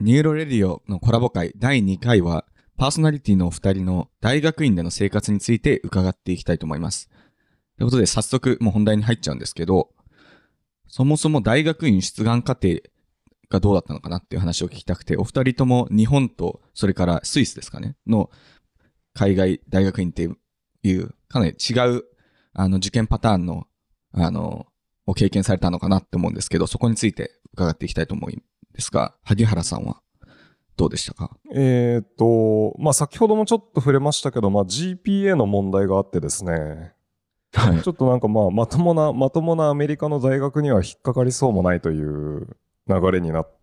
ニューロレディオのコラボ会第2回は、パーソナリティのお二人の大学院での生活について伺っていきたいと思います。ということで、早速もう本題に入っちゃうんですけど、そもそも大学院出願課程がどうだったのかなっていう話を聞きたくて、お二人とも日本とそれからスイスですかねの海外大学院っていうかなり違う受験パターンのを経験されたのかなって思うんですけど、そこについて伺っていきたいと思うんですが、萩原さんはどうでしたか？ 先ほどもちょっと触れましたけど、GPA の問題があってですね、 はい。 ちょっとなんかまともなアメリカの大学には引っかかりそうもないという流れになって、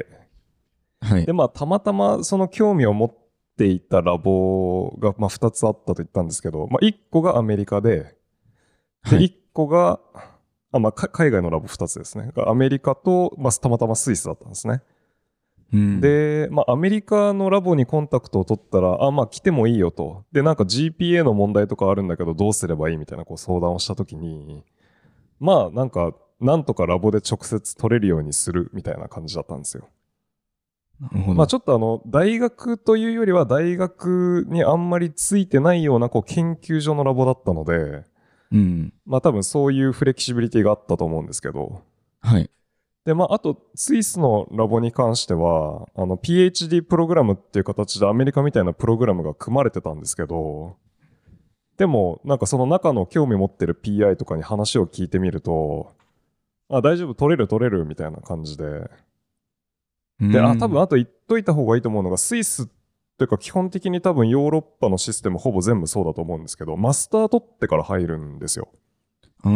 はい。 で、たまたまその興味を持っていたラボが2つあったと言ったんですけど、1個がアメリカで、 はい。 1個が、海外のラボ2つですね。アメリカと、たまたまスイスだったんですね。 うん。 で、アメリカのラボにコンタクトを取ったら、来てもいいよと。で、なんか GPA の問題とかあるんだけど、どうすればいいみたいな相談をしたときに、なんとかラボで直接取れるようにするみたいな感じだったんですよ。 なるほど。 ちょっと大学というよりは大学にあんまりついてないような研究所のラボだったので、 うん。 多分そういうフレキシビリティがあったと思うんですけど、 はい。 で、あと、スイスのラボに関しては、PhD プログラムっていう形でアメリカみたいなプログラムが組まれてたんですけど、でも、なんかその中の興味持ってる PI とかに話を聞いてみると、大丈夫、取れる、みたいな感じで。 うで、多分ん。 あと言っといた方がいいと思うのが、スイスっていうか基本的に多分ヨーロッパのシステムほぼ全部そうだと思うんですけど、マスター取ってから入るんですよ。 うん。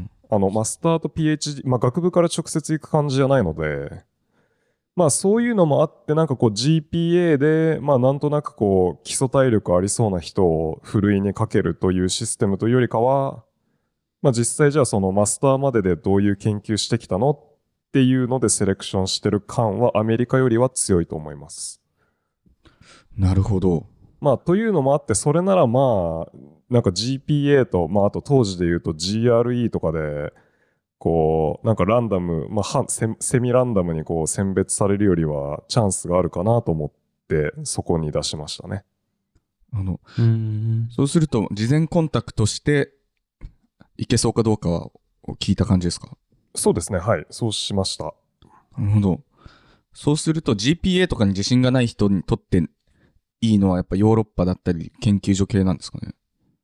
マスターと PhD、学部から直接行く感じじゃないので、そういうのもあって、なんかGPA で、なんとなく基礎体力ありそうな人をふるいにかけるというシステムというよりかは、実際じゃあそのマスターまででどういう研究してきたのっていうのでセレクションしてる感はアメリカよりは強いと思います。 なるほど。 というのもあって、それならなんか GPA と、あと当時で言うと GRE とかで、なんかランダム、セミランダムに選別されるよりはチャンスがあるかなと思って、そこに出しましたね。 そうすると、事前コンタクトしていけそうかどうかは聞いた感じですか？ そうですね、はい、そうしました。 なるほど。そうすると GPA とかに自信がない人にとっていいのはやっぱヨーロッパだったり研究所系なんですかね？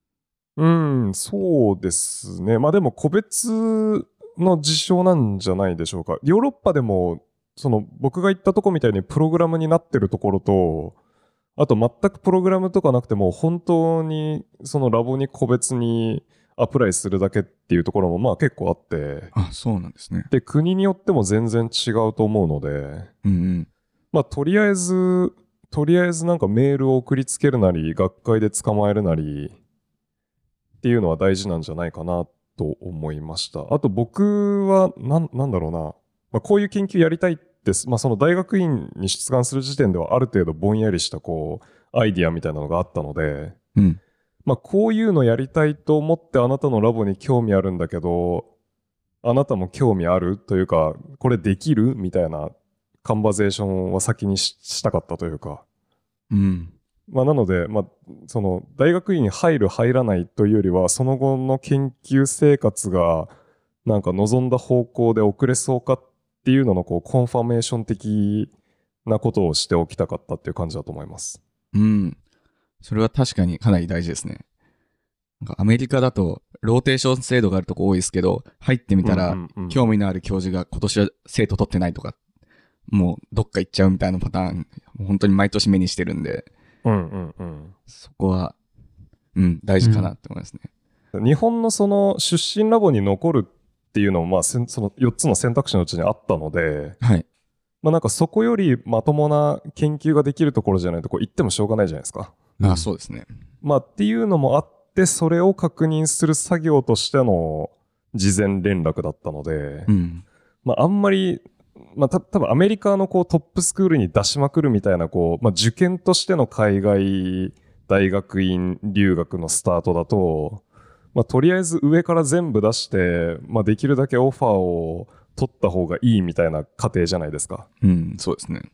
そうですね。でも個別の事象なんじゃないでしょうか。ヨーロッパでも、僕が言ったとこみたいにプログラムになってるところと、あと全くプログラムとかなくても本当にそのラボに個別にアプライするだけっていうところも結構あって、 あ、そうなんですね。 で、国によっても全然違うと思うので、 うんとりあえずなんかメールを送りつけるなり、学会で捕まえるなりっていうのは大事なんじゃないかなと思いました。あと僕は、なんだろうな、こういう研究やりたいって、その大学院に出願する時点ではある程度ぼんやりしたアイディアみたいなのがあったので、 うん。うん。 こういうのやりたいと思ってあなたのラボに興味あるんだけど、あなたも興味あるというか、これできるみたいなカンバゼーションは先にしたかったというか。 うん。 なので、その大学院に入る入らないというよりは、その後の研究生活がなんか望んだ方向で遅れそうかっていうののコンファメーション的なことをしておきたかったっていう感じだと思います。 うん。それは確かにかなり大事ですね。なんかアメリカだとローテーション制度があるとこ多いですけど、入ってみたら興味のある教授が今年は生徒取ってないとか、もうどっか行っちゃうみたいなパターン、本当に毎年目にしてるんで、そこは、大事かなって思いますね。 日本のその出身ラボに残るっていうのも、その4つの選択肢のうちにあったので、 はい。 なんかそこよりまともな研究ができるところじゃないと行ってもしょうがないじゃないですか。 あ、そうですね。 っていうのもあって、それを確認する作業としての事前連絡だったので、あんまり、多分アメリカのトップスクールに出しまくるみたいな受験としての海外大学院留学のスタートだと、とりあえず上から全部出して、できるだけオファーを取った方がいいみたいな過程じゃないですか。 そうですね。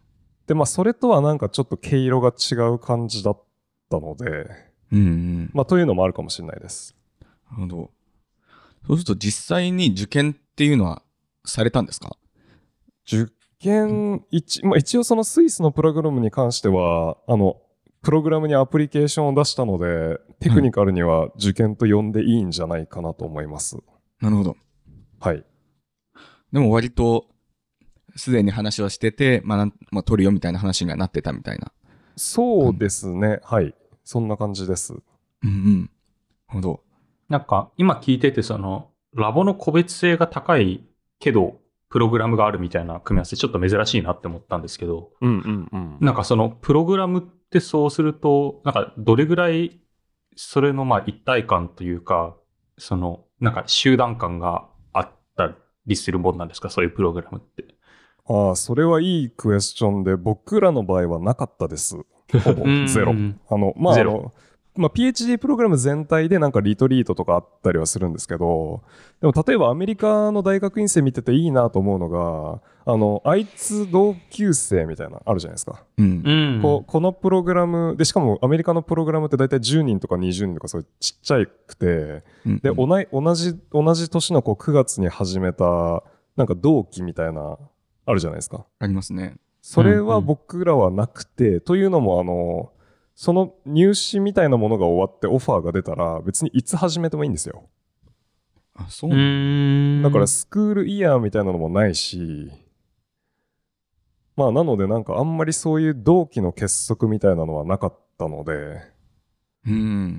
で、まあそれとはなんかちょっと毛色が違う感じだったので、 うんうん。 まあというのもあるかもしれないです。 なるほど。そうすると実際に受験っていうのはされたんですか？ 受験、まあ、一応そのスイスのプログラムに関しては、プログラムにアプリケーションを出したので、テクニカルには受験と呼んでいいんじゃないかなと思います。 なるほど。 はい。 でも割とすでに話はしてて、まあ取るよみたいな話にはなってたみたいな。 そうですね。はい。そんな感じです。 うんうん。なるほど。 なんか今聞いててラボの個別性が高いけど、プログラムがあるみたいな組み合わせちょっと珍しいなって思ったんですけど、 うんうんうん。 なんかプログラムってそうすると、なんかどれぐらいそれのまあ一体感というか、なんか集団感があったりするもんなんですか、そういうプログラムって。 ああ、それはいいクエスチョンで、僕らの場合はなかったです。ほぼゼロ。まあ、 ゼロ。 まあ、PhD プログラム全体でなんかリトリートとかあったりはするんですけど、でも例えばアメリカの大学院生見てていいなと思うのが、あいつ同級生みたいな、あるじゃないですか。 うん。 このプログラム、で、しかもアメリカのプログラムって大体10人とか20人とかそういうちっちゃくて、 うんで、同じ年の9月に始めた、なんか同期みたいな、あるじゃないですか。 ありますね。 それは僕らはなくて、というのもその入試みたいなものが終わってオファーが出たら別にいつ始めてもいいんですよ。 あ、そうなんだからスクールイヤーみたいなのもないし、まあなのでなんかあんまりそういう同期の結束みたいなのはなかったので、 うん。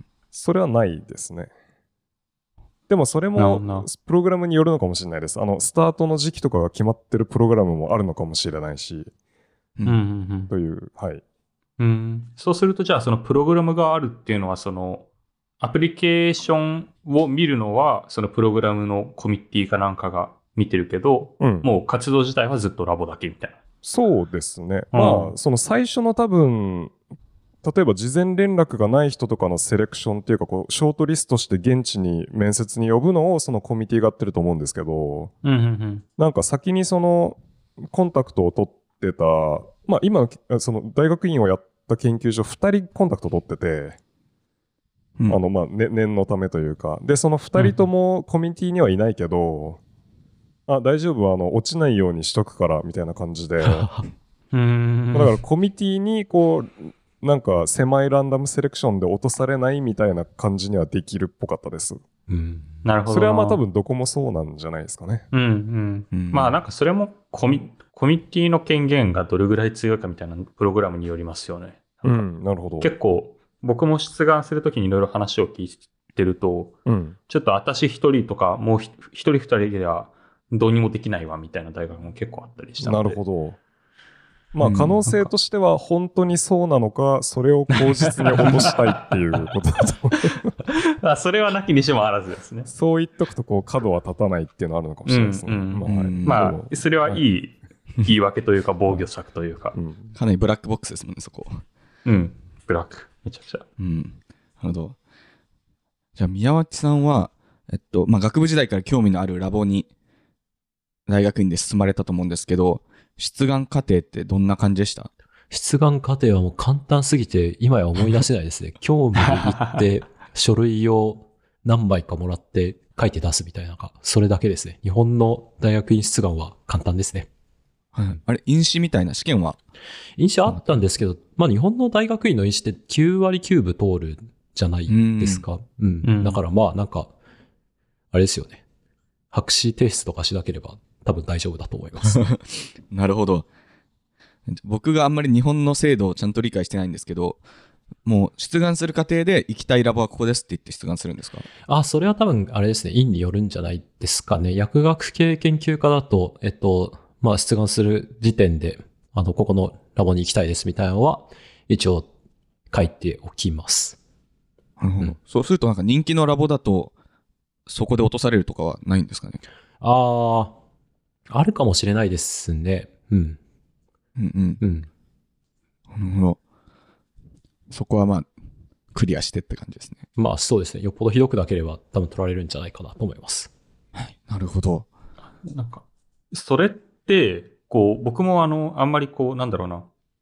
それはないですね。でもそれもプログラムによるのかもしれないです。スタートの時期とかが決まってるプログラムもあるのかもしれないし、という、はい。 そうするとじゃあそのプログラムがあるっていうのはアプリケーションを見るのはそのプログラムのコミッティかなんかが見てるけど、もう活動自体はずっとラボだけみたいな。 そうですね。まあその最初の多分例えば事前連絡がない人とかのセレクションっていうかこうショートリストして現地に面接に呼ぶのをそのコミュニティがやってると思うんですけど、なんか先にそのコンタクトを取ってた、まあ今その大学院をやった研究所2人コンタクト取ってて、まあ念のためというか、でその2人ともコミュニティにはいないけど、大丈夫落ちないようにしとくからみたいな感じで、だからコミュニティにこうなんか狭いランダムセレクションで落とされないみたいな感じにはできるっぽかったです。 なるほど。 それはまあ多分どこもそうなんじゃないですかね。 まあなんかそれもコミュニティの権限がどれぐらい強いかみたいなプログラムによりますよね。 なるほど。 結構僕も出願するときにいろいろ話を聞いてると、ちょっと私一人とかもう一人二人ではどうにもできないわみたいな大学も結構あったりしたので。 なるほど。まあ可能性としては本当にそうなのか、それを口実に落としたいっていうことだとそれはなきにしもあらずですね。 そう言っとくとこう角は立たないっていうのはあるのかもしれないですね。 まあそれはいい言い訳というか防御策というか。 かなりブラックボックスですもんね、そこ。 ブラック。めちゃくちゃ。 なるほど。じゃあ宮脇さんは、まあ学部時代から興味のあるラボに大学院で進まれたと思うんですけど、出願過程ってどんな感じでした？ 出願過程はもう簡単すぎて今や思い出せないですね。興味に行って書類を何枚かもらって書いて出すみたいなそれだけですね。日本の大学院出願は簡単ですね。 あれ、院試みたいな試験は？ 院試あったんですけど、まあ日本の大学院の院試って9割9分通るじゃないですか。だからまあなんか、あれですよね。博士提出とかしなければ多分大丈夫だと思います。 なるほど。僕があんまり日本の制度をちゃんと理解してないんですけど、もう出願する過程で行きたいラボはここですって言って出願するんですか？ それは多分あれですね、院によるんじゃないですかね。薬学系研究科だと、まあ出願する時点で、ここのラボに行きたいですみたいなのは、一応書いておきます。 なるほど。そうするとなんか人気のラボだと、そこで落とされるとかはないんですかね？ あるかもしれないですね。 なるほど。そこはまあ、クリアしてって感じですね。 まあそうですね。よっぽどひどくなければ多分取られるんじゃないかなと思います。 はい。なるほど。 なんか、それって、こう、僕もあんまりこう、なんだろうな、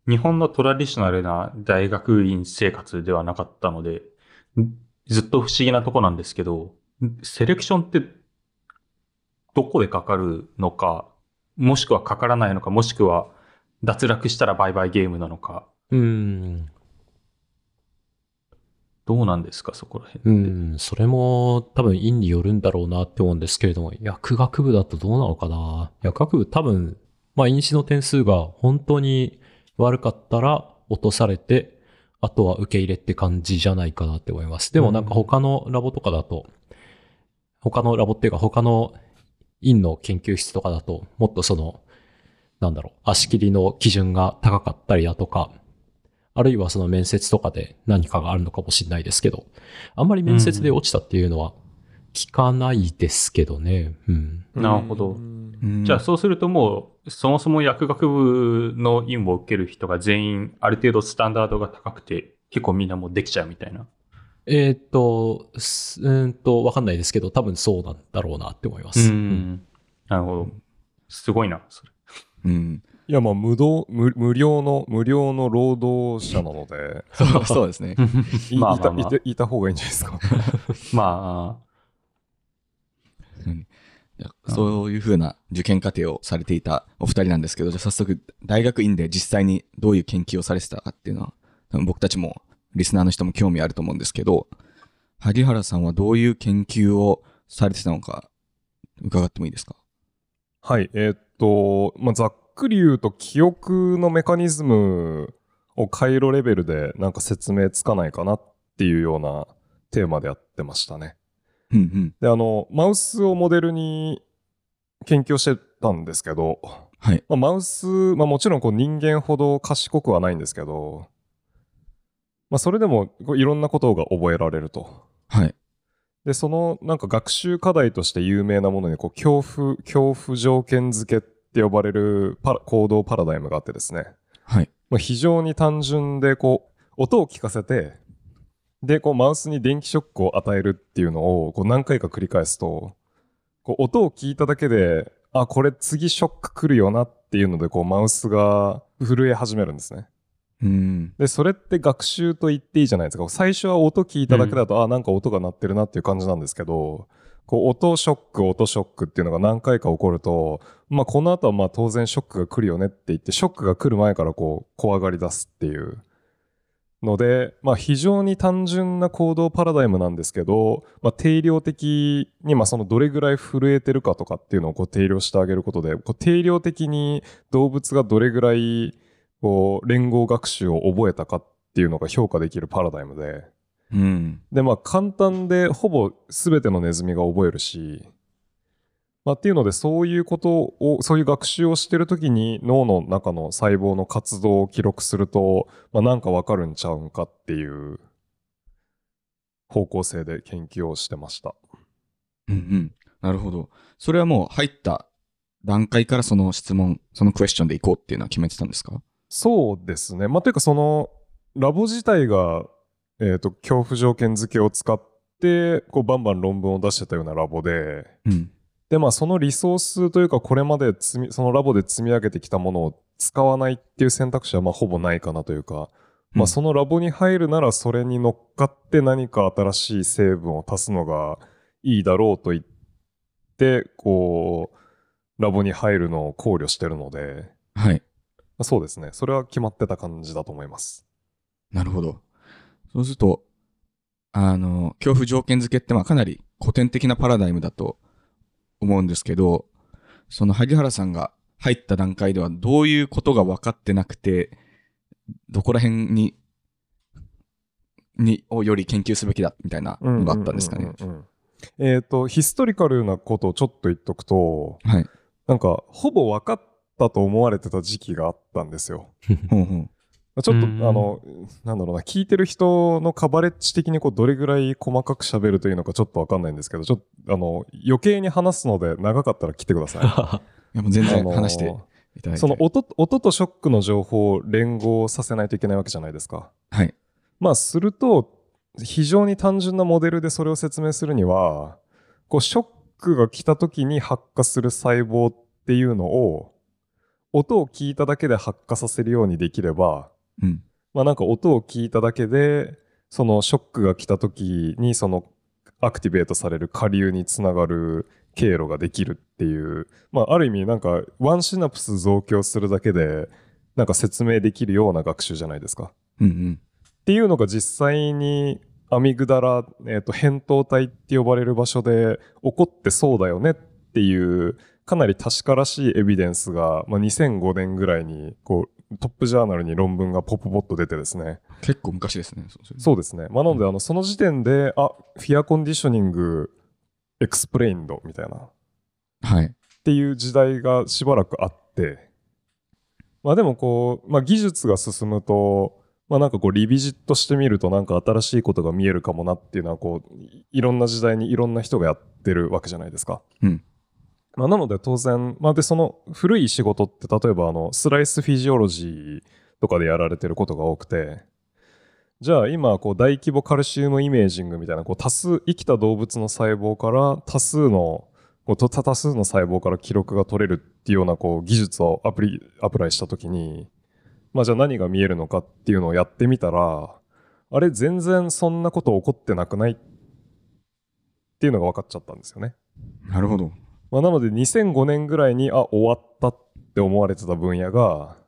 日本のトラディショナルな大学院生活ではなかったので、ずっと不思議なとこなんですけど、セレクションってどこでかかるのか、もしくはかからないのか、もしくは脱落したらバイバイゲームなのか。どうなんですか、そこら辺って。 それも多分院によるんだろうなって思うんですけれども、薬学部だとどうなのかな。薬学部多分、院試の点数が本当に悪かったら落とされて、あとは受け入れって感じじゃないかなって思います。でもなんか他のラボとかだと、他のラボっていうか他の院の研究室とかだと、もっと足切りの基準が高かったりだとか、あるいはその面接とかで何かがあるのかもしれないですけど、あんまり面接で落ちたっていうのは聞かないですけどね。 なるほど。じゃあそうするともう、そもそも薬学部の院を受ける人が全員ある程度スタンダードが高くて、結構みんなもうできちゃうみたいな。 わかんないですけど、多分そうなんだろうなって思います。 なるほど。すごいな、それ。 いや、無料の労働者なので。 そうですね。 いた方がいいんじゃないですか。 そういうふうな受験過程をされていたお二人なんですけど、じゃあ早速大学院で実際にどういう研究をされてたかっていうのは、多分僕たちもリスナーの人も興味あると思うんですけど、萩原さんはどういう研究をされてたのか伺ってもいいですか？ はい、ざっくり言うと記憶のメカニズムを回路レベルでなんか説明つかないかなっていうようなテーマでやってましたね。で、マウスをモデルに研究をしてたんですけど、 はい。 マウス、もちろんこう人間ほど賢くはないんですけど、それでもいろんなことが覚えられると。 はい。 で、そのなんか学習課題として有名なものにこう恐怖条件付けって呼ばれる行動パラダイムがあってですね。 はい。 非常に単純でこう音を聞かせて、でこうマウスに電気ショックを与えるっていうのをこう何回か繰り返すと、こう音を聞いただけで、あ、これ次ショック来るよなっていうのでこうマウスが震え始めるんですね。でそれって学習と言っていいじゃないですか。最初は音聞いただけだと、なんか音が鳴ってるなっていう感じなんですけど、こう音ショックっていうのが何回か起こると、この後は当然ショックが来るよねって言って、ショックが来る前からこう怖がり出すっていうので、非常に単純な行動パラダイムなんですけど、定量的にそのどれぐらい震えてるかとかっていうのをこう定量してあげることで、こう定量的に動物がどれぐらいこう連合学習を覚えたかっていうのが評価できるパラダイムで、で簡単でほぼ全てのネズミが覚えるし、っていうのでそういう学習をしてるときに脳の中の細胞の活動を記録すると、なんかわかるんちゃうんかっていう方向性で研究をしてました。 なるほど。それはもう入った段階からその質問、そのクエスチョンでいこうっていうのは決めてたんですか？ そうですね。というかそのラボ自体が、恐怖条件付けを使ってこうバンバン論文を出してたようなラボで、でそのリソースというかこれまでそのラボで積み上げてきたものを使わないっていう選択肢はほぼないかなというか、そのラボに入るならそれに乗っかって何か新しい成分を足すのがいいだろうと言ってこうラボに入るのを考慮してるので、 はい。 そうですね。それは決まってた感じだと思います。 なるほど。そうすると、恐怖条件付けってかなり古典的なパラダイムだと思うんですけど、その萩原さんが入った段階ではどういうことが分かってなくて、どこら辺をより研究すべきだみたいなのがあったんですかね。 ヒストリカルなことをちょっと言っとくと、 はい。 なんかほぼ分かったと思われてた時期があったんですよ。ちょっと聞いてる人のカバレッジ的にこうどれぐらい細かく喋るというのかちょっと分かんないんですけど、ちょっと余計に話すので長かったら来てください。 いやもう全然話していただいて。 その音とショックの情報を連合させないといけないわけじゃないですか。 はい。 すると非常に単純なモデルでそれを説明するには、こうショックが来た時に発火する細胞っていうのを音を聞いただけで発火させるようにできれば、まあなんか音を聞いただけで、そのショックが来た時にそのアクティベートされる下流につながる経路ができるっていう、まあある意味なんかワンシナプス増強するだけでなんか説明できるような学習じゃないですか。っていうのが実際にアミグダラ、扁桃体って呼ばれる場所で起こってそうだよねっていうかなり確からしいエビデンスが、まあ、2005年ぐらいにこうトップジャーナルに論文がポップポッと出てですね。 結構昔ですね。 そうですね。まあ、なのでその時点でフィアコンディショニングエクスプレインドみたいな、 はい、 っていう時代がしばらくあって、まあでもこう、まあ、技術が進むと、まあなんかこうリビジットしてみるとなんか新しいことが見えるかもなっていうのはこういろんな時代にいろんな人がやってるわけじゃないですか。まあ、なので当然、まあでその古い仕事って例えばスライスフィジオロジーとかでやられてることが多くて、じゃあ今こう大規模カルシウムイメージングみたいなこう生きた動物の細胞から多数の細胞から記録が取れるっていうようなこう技術をアプライしたときに、まあじゃあ何が見えるのかっていうのをやってみたら、あれ全然そんなこと起こってなくないっていうのが分かっちゃったんですよね。 なるほど。 まあ、なので2005年ぐらいに終わったって思われてた分野が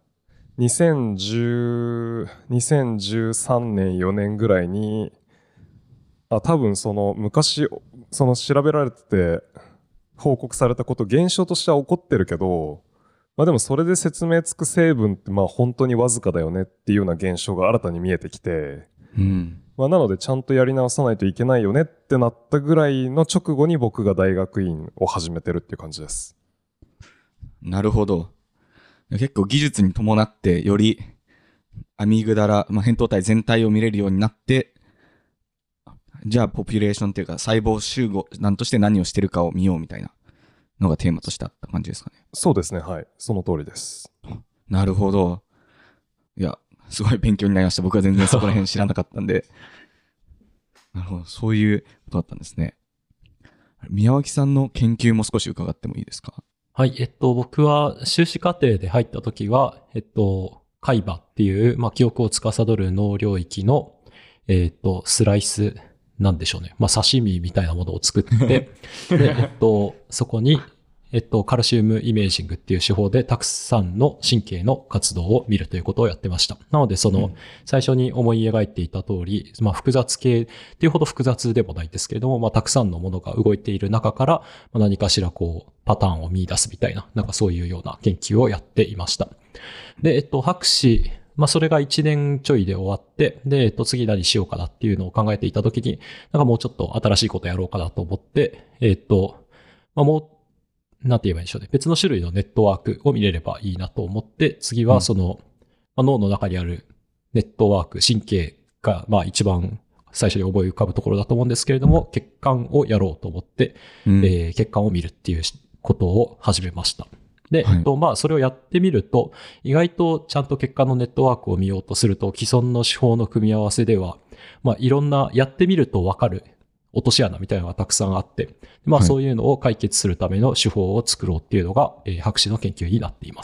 2013年4年ぐらいに多分その昔その調べられてて報告されたこと現象としては起こってるけど、まあでもそれで説明つく成分ってまあ本当にわずかだよねっていうような現象が新たに見えてきて、まあなのでちゃんとやり直さないといけないよねってなったぐらいの直後に僕が大学院を始めてるっていう感じです。 なるほど。結構技術に伴ってよりアミグダラ、まあ、扁桃体全体を見れるようになって、じゃあポピュレーションっていうか細胞集合なんとして何をしてるかを見ようみたいなのがテーマとしてあった感じですかね。 そうですね、はい、その通りです。 なるほど。いや、すごい勉強になりました。僕は全然そこら辺知らなかったんで。なるほど、そういうことだったんですね。宮脇さんの研究も少し伺ってもいいですか？ はい、僕は修士課程で入った時は、海馬っていう、まあ、記憶を司る脳領域の、スライスなんでしょうね。まあ、刺身みたいなものを作って、で、そこに、カルシウムイメージングっていう手法でたくさんの神経の活動を見るということをやってました。なので、最初に思い描いていた通り、まあ、複雑系っていうほど複雑でもないですけれども、まあ、たくさんのものが動いている中から、何かしらパターンを見出すみたいな、なんかそういうような研究をやっていました。で、博士、まあ、それが1年ちょいで終わって、で、次何しようかなっていうのを考えていたときに、なんかもうちょっと新しいことやろうかなと思って、まあ、もう、なんて言えばいいんでしょうね。別の種類のネットワークを見れればいいなと思って、次は脳の中にあるネットワーク、神経が、まあ一番最初に思い浮かぶところだと思うんですけれども、血管をやろうと思って、血管を見るっていうことを始めました。で、まあそれをやってみると、意外とちゃんと血管のネットワークを見ようとすると、既存の手法の組み合わせでは、まあいろんなやってみるとわかる落とし穴みたいなのがたくさんあって、まあそういうのを解決するための手法を作ろうっていうのが、博士の研究になっています。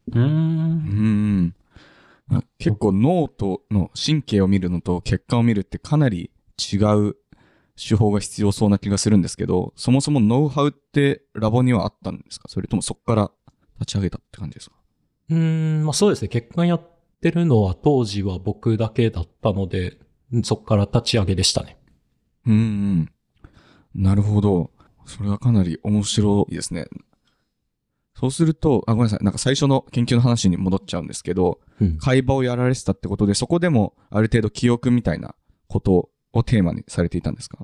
結構脳との神経を見るのと血管を見るってかなり違う手法が必要そうな気がするんですけど、そもそもノウハウってラボにはあったんですか？それともそこから立ち上げたって感じですか？ まあそうですね。血管やってるのは当時は僕だけだったので、そこから立ち上げでしたね。 なるほど。それはかなり面白いですね。そうすると、ごめんなさい。なんか最初の研究の話に戻っちゃうんですけど、海馬をやられてたってことで、そこでもある程度記憶みたいなことをテーマにされていたんですか？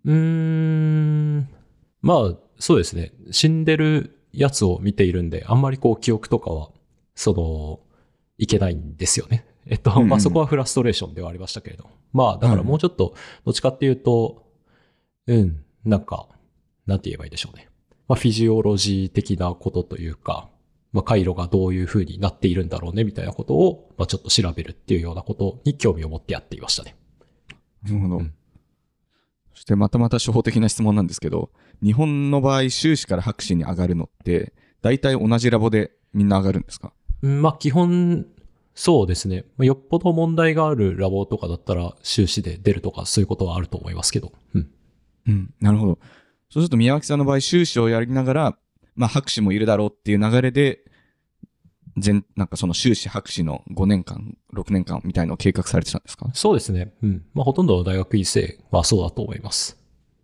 まあ、そうですね。死んでるやつを見ているんで、あんまり記憶とかは、いけないんですよね。まあそこはフラストレーションではありましたけれど。まあ、だからもうちょっと、どっちかっていうと、なんか、なんて言えばいいでしょうね。まあ、フィジオロジー的なことというか、まあ、回路がどういう風になっているんだろうね、みたいなことを、まあ、ちょっと調べるっていうようなことに興味を持ってやっていましたね。 なるほど。そしてまた初歩的な質問なんですけど、日本の場合、修士から博士に上がるのって、 大体同じラボでみんな上がるんですか？ まあ基本、そうですね。よっぽど問題があるラボとかだったら修士で出るとかそういうことはあると思いますけど。 なるほど。そうすると宮脇さんの場合修士をやりながら、まあ博士もいるだろうっていう流れで、なんかその修士博士の5年間、6年間みたいなのを計画されてたんですか？ そうですね。まあほとんどの大学院生はそうだと思います。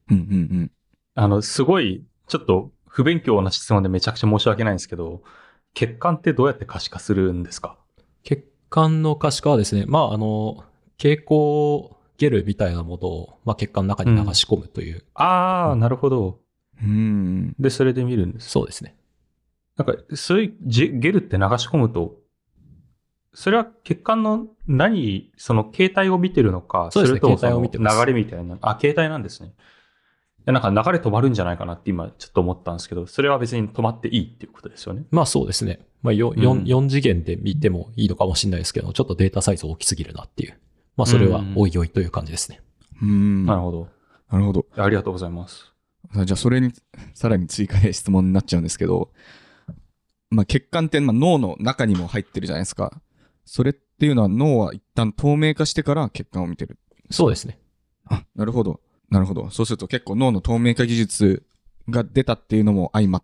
すごい、ちょっと不勉強な質問でめちゃくちゃ申し訳ないんですけど、血管ってどうやって可視化するんですか？ 血管の可視化はですね、まあ蛍光ゲルみたいなものを、まあ、血管の中に流し込むという。 なるほど。で、それで見るんです。 そうですね。 なんか、そういうゲルって流し込むと、それは血管のその形態を見てるのか、 そうですね、 それとも形態を見てます。 流れみたいな。形態なんですね。なんか流れ止まるんじゃないかなって今ちょっと思ったんですけど、それは別に止まっていいっていうことですよね。 まあそうですね。まあ4次元で見てもいいのかもしれないですけど、ちょっとデータサイズ大きすぎるなっていう。まあそれはおいおいという感じですね。 なるほど。 なるほど。 ありがとうございます。 じゃあそれにさらに追加で質問になっちゃうんですけど、まあ血管って脳の中にも入ってるじゃないですか。それっていうのは脳は一旦透明化してから血管を見てる。 そうですね。 なるほど。なるほど。そうすると結構脳の透明化技術が出たっていうのも相まって、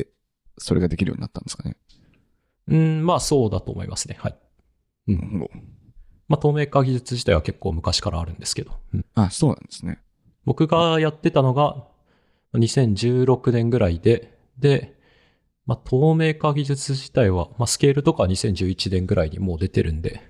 それができるようになったんですかね。 まあそうだと思いますね。はい。まあ透明化技術自体は結構昔からあるんですけど。 そうなんですね。 僕がやってたのが2016年ぐらいで、まあ透明化技術自体は、まあスケールとか2011年ぐらいにもう出てるんで。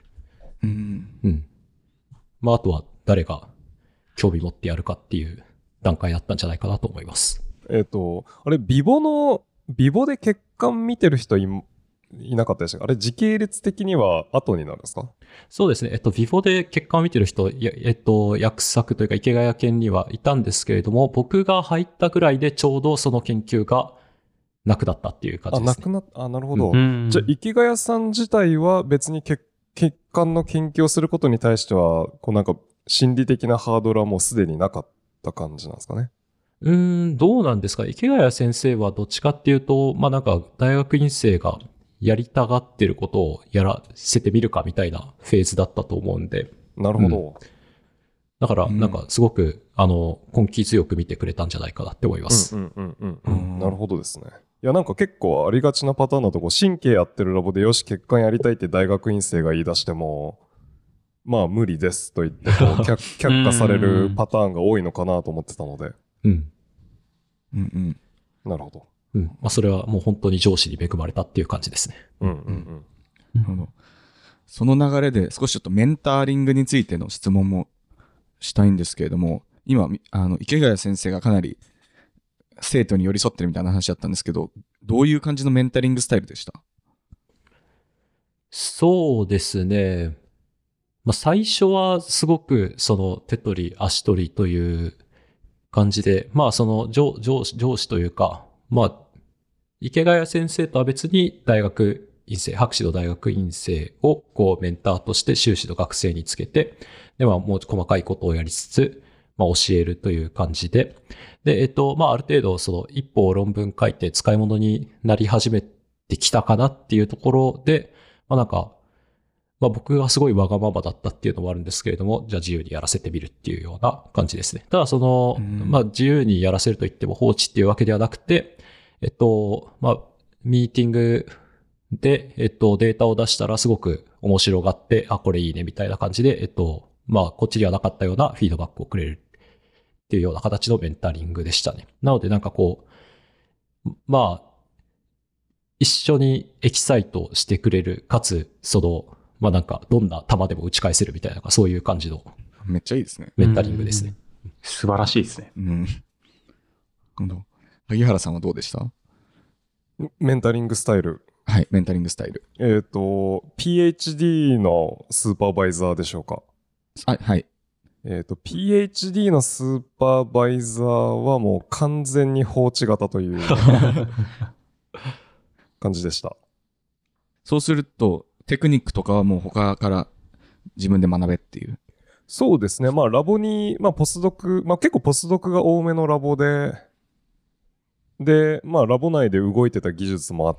まああとは誰が興味持ってやるかっていう段階だったんじゃないかなと思います。 あれ、ビボで血管見てる人いなかったでしたか？あれ、時系列的には後になるんですか？ そうですね。ビボで血管を見てる人、約作というか池谷研にはいたんですけれども、僕が入ったぐらいでちょうどその研究がなくなったっていう感じですね。 なるほど。じゃあ、池谷さん自体は別に血管の研究をすることに対しては、なんか、心理的なハードルはもうすでになかった感じなんですかね。 どうなんですか？池谷先生はどっちかっていうと、まあなんか大学院生がやりたがってることをやらせてみるかみたいなフェーズだったと思うんで。 なるほど。 だからなんかすごく、根気強く見てくれたんじゃないかなって思います。 なるほどですね。いやなんか結構ありがちなパターンだと神経やってるラボでよし血管やりたいって大学院生が言い出しても、まあ無理ですと言って却下されるパターンが多いのかなと思ってたので。なるほど。 まあそれはもう本当に上司に恵まれたっていう感じですね。 なるほど。その流れで少しちょっとメンターリングについての質問もしたいんですけれども、今池谷先生がかなり生徒に寄り添ってるみたいな話だったんですけど、どういう感じのメンタリングスタイルでした？ そうですね。まあ、最初はすごくその手取り足取りという感じで、まあその上司というか、まあ池谷先生とは別に大学院生、博士の大学院生をこうメンターとして修士の学生につけて、でまあもう細かいことをやりつつ、まあ教えるという感じで、でまあある程度その一歩論文書いて使い物になり始めてきたかなっていうところで、まあなんかまあ僕がすごいわがままだったっていうのもあるんですけれども、じゃあ自由にやらせてみるっていうような感じですね。ただその、まあ自由にやらせると言っても放置っていうわけではなくて、まあミーティングで、データを出したらすごく面白がって、これいいねみたいな感じで、まあこっちにはなかったようなフィードバックをくれるっていうような形のメンタリングでしたね。なのでなんかこう、まあ、一緒にエキサイトしてくれる、かつ、まあなんか、どんな球でも打ち返せるみたいな、そういう感じの。 めっちゃいいですね。 メンタリングですね。 素晴らしいですね。 萩原さんはどうでした？ メンタリングスタイル。 はい、メンタリングスタイル。 PhD のスーパーバイザーでしょうか？ はい。 PhD のスーパーバイザーはもう完全に放置型という感じでした。 そうすると、テクニックとかはもう他から自分で学べっていう。 そうですね。まあラボに、まあポスドク、まあ結構ポスドクが多めのラボで、 で、まあラボ内で動いてた技術もあって、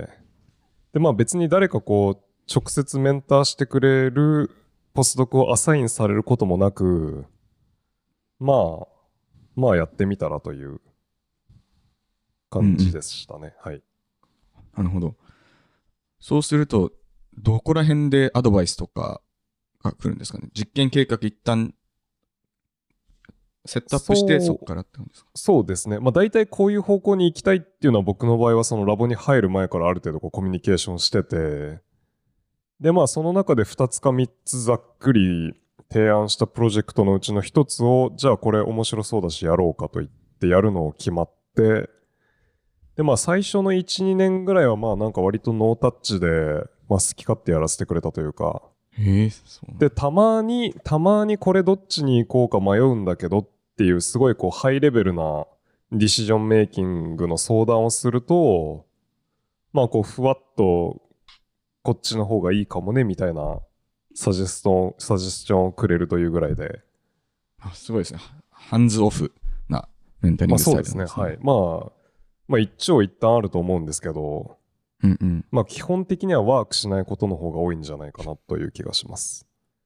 で、まあ別に誰かこう、直接メンターしてくれるポスドクをアサインされることもなく、まあやってみたらという感じでしたね。はい。 なるほど。そうすると、どこら辺でアドバイスとかが来るんですかね。実験計画一旦セットアップしてそこからって感じですか。 そうですね。まあ大体こういう方向に行きたいっていうのは僕の場合はそのラボに入る前からある程度こうコミュニケーションしてて、でまあその中で2つか3つざっくり提案したプロジェクトのうちの1つをじゃあこれ面白そうだしやろうかと言ってやるのを決まって、でまあ最初の 1,2 年ぐらいはまあなんか割とノータッチで、まあ、好き勝手やらせてくれたというか、 そうでたまにこれどっちに行こうか迷うんだけどっていうすごいこうハイレベルなディシジョンメイキングの相談をすると、まあこうふわっとこっちの方がいいかもねみたいなサジェスチョンをくれるというぐらいで。 すごいですね。ハンズオフなメンタリングスタイルなんですね。 まあそうですね。はい。まあ一長一短あると思うんですけど、まあ基本的にはワークしないことの方が多いんじゃないかなという気がします。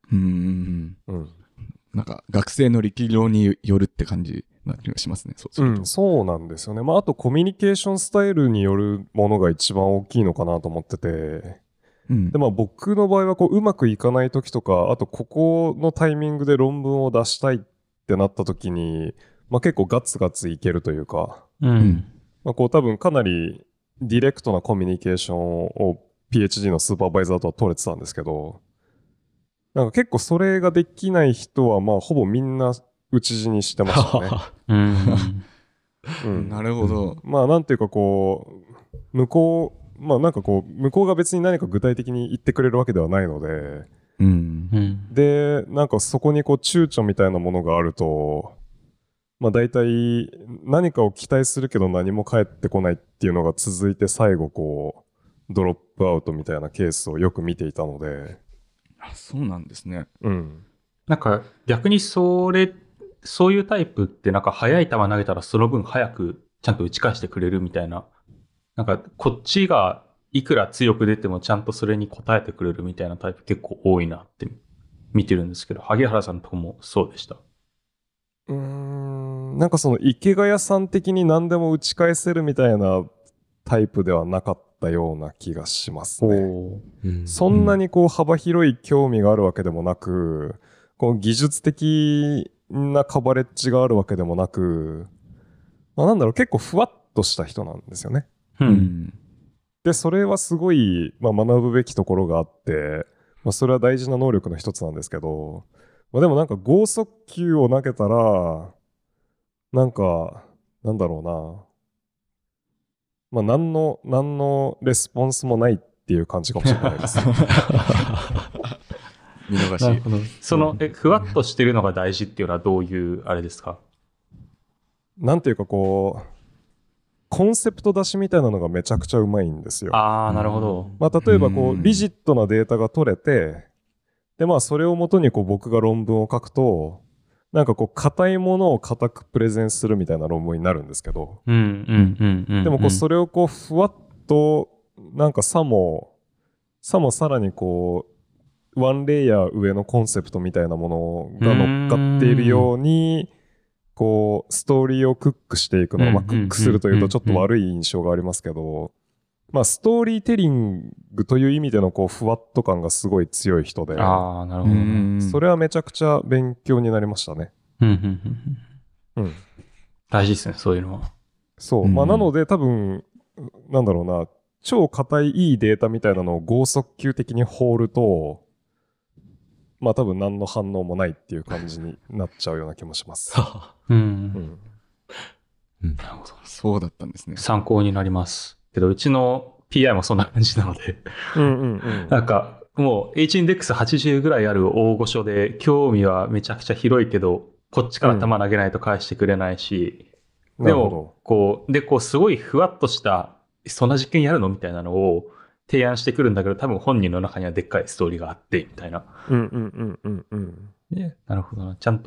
なんか学生の力量によるって感じな気がしますね。 そうなんですよね。まああとコミュニケーションスタイルによるものが一番大きいのかなと思ってて、でまあ僕の場合はこううまくいかない時とか、あとここのタイミングで論文を出したいってなった時に、まあ結構ガツガツいけるというか、まあこう多分かなりディレクトなコミュニケーションを PhD のスーパーバイザーとは取れてたんですけど、なんか結構それができない人はまあほぼみんな討ち死にしてましたね。 なるほど。 まあなんていうかこう向こうが別に何か具体的に言ってくれるわけではないので、でなんかそこにこう躊躇みたいなものがあると、まあ大体何かを期待するけど何も返ってこないっていうのが続いて最後こうドロップアウトみたいなケースをよく見ていたので。 そうなんですね。 なんか逆にそういうタイプってなんか速い球投げたらその分早くちゃんと打ち返してくれるみたいな、なんかこっちがいくら強く出てもちゃんとそれに応えてくれるみたいなタイプ結構多いなって見てるんですけど、萩原さんのとこもそうでした？ なんかその池谷さん的に何でも打ち返せるみたいなタイプではなかったような気がしますね。そんなにこう幅広い興味があるわけでもなく、こう技術的なカバレッジがあるわけでもなく、まあ、なんだろう、結構ふわっとした人なんですよね。でそれはすごい、まあ、学ぶべきところがあって、まあ、それは大事な能力の一つなんですけど、まあ、でもなんか剛速球を投げたらなんかなんだろうな、まあ何のレスポンスもないっていう感じかもしれないです。 見逃し。 そのふわっとしてるのが大事っていうのはどういうあれですか？ なんていうかこうコンセプト出しみたいなのがめちゃくちゃうまいんですよ。 ああ、なるほど。 まあ例えばこうリジットなデータが取れて、でまあそれをもとにこう僕が論文を書くと、なんかこう硬いものを硬くプレゼンするみたいな論文になるんですけど、でもこうそれをこうふわっとなんかさもさらにこうワンレイヤー上のコンセプトみたいなものが乗っかっているようにこうストーリーをクックしていくのは、まあ、クックするというとちょっと悪い印象がありますけど、まあストーリーテリングという意味でのこうふわっと感がすごい強い人で、 ああなるほど、 それはめちゃくちゃ勉強になりましたね。 大事ですね、そういうのは。 そう、まあなので多分なんだろうな、超硬いいいデータみたいなのを剛速球的に放ると、まあ多分何の反応もないっていう感じになっちゃうような気もします。 なるほど。 そうだったんですね。 参考になります。けどうちの PI もそんな感じなのでなんかもう H インデックス80ぐらいある大御所で興味はめちゃくちゃ広いけど、こっちから球投げないと返してくれないし、でもこうすごいふわっとしたそんな実験やるのみたいなのを提案してくるんだけど、多分本人の中にはでっかいストーリーがあってみたいな。なるほどな。ちゃんと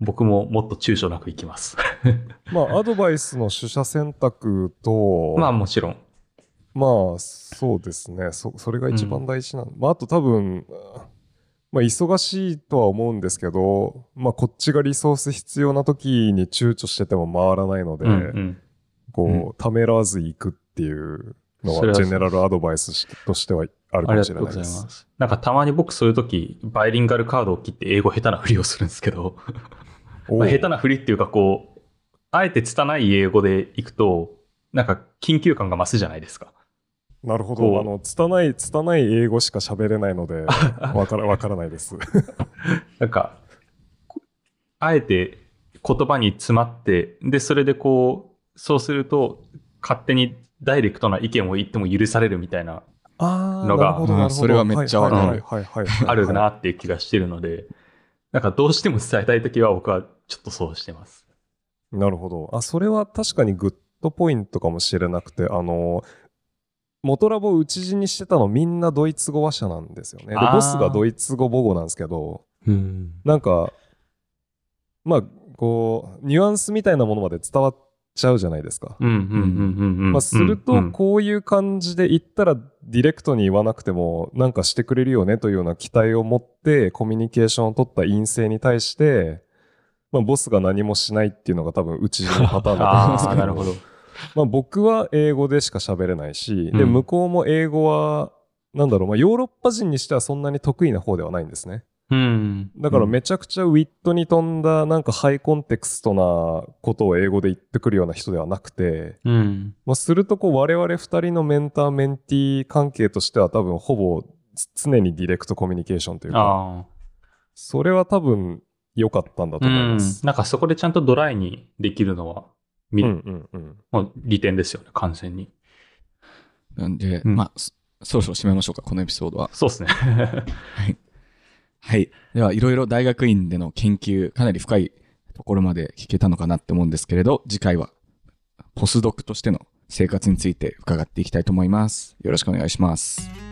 僕ももっと躊躇なくいきます。 まあ、アドバイスの取捨選択と、 まあもちろん。 まあ、そうですね。それが一番大事なの。まあ、あと多分、まあ、忙しいとは思うんですけど、まあ、こっちがリソース必要な時に躊躇してても回らないので、こう、ためらわず行くっていうのは、ジェネラルアドバイスとしてはあるかもしれないです。ありがとうございます。 なんかたまに僕そういう時、バイリンガルカードを切って英語下手なふりをするんですけど、まあ下手なふりっていうかこう、あえて拙い英語で行くと、なんか緊急感が増すじゃないですか。 なるほど。拙い英語しか喋れないので、わからないです。 なんか、あえて言葉に詰まって、で、それでこう、そうすると、勝手にダイレクトな意見を言っても許されるみたいなのが、 それはめっちゃわかる。 あるなっていう気がしてるので、なんかどうしても伝えたいときは僕はちょっとそうしてます。 なるほど。それは確かにグッドポイントかもしれなくて、元ラボ打ち字にしてたのみんなドイツ語話者なんですよね。で、ボスがドイツ語母語なんですけど、なんか、まあ、こう、ニュアンスみたいなものまで伝わっちゃうじゃないですか。すると、こういう感じで言ったらディレクトに言わなくてもなんかしてくれるよねというような期待を持ってコミュニケーションを取った陰性に対して、まあ、ボスが何もしないっていうのが多分うちのパターンだと思うんですけど。 なるほど。 まあ、僕は英語でしか喋れないし、で、向こうも英語は、なんだろう、まあ、ヨーロッパ人にしてはそんなに得意な方ではないんですね。だからめちゃくちゃウィットに富んだなんかハイコンテクストなことを英語で言ってくるような人ではなくて、まあ、するとこう我々二人のメンターメンティー関係としては多分ほぼ常にディレクトコミュニケーションというか、それは多分良かったんだと思います。 なんかそこでちゃんとドライにできるのはもう利点ですよね、完全に。 なんで、まあ、そろそろ締めましょうか、このエピソードは。 そうですね。 はい。はい。では、いろいろ大学院での研究、かなり深いところまで聞けたのかなって思うんですけれど、次回は、ポスドクとしての生活について伺っていきたいと思います。よろしくお願いします。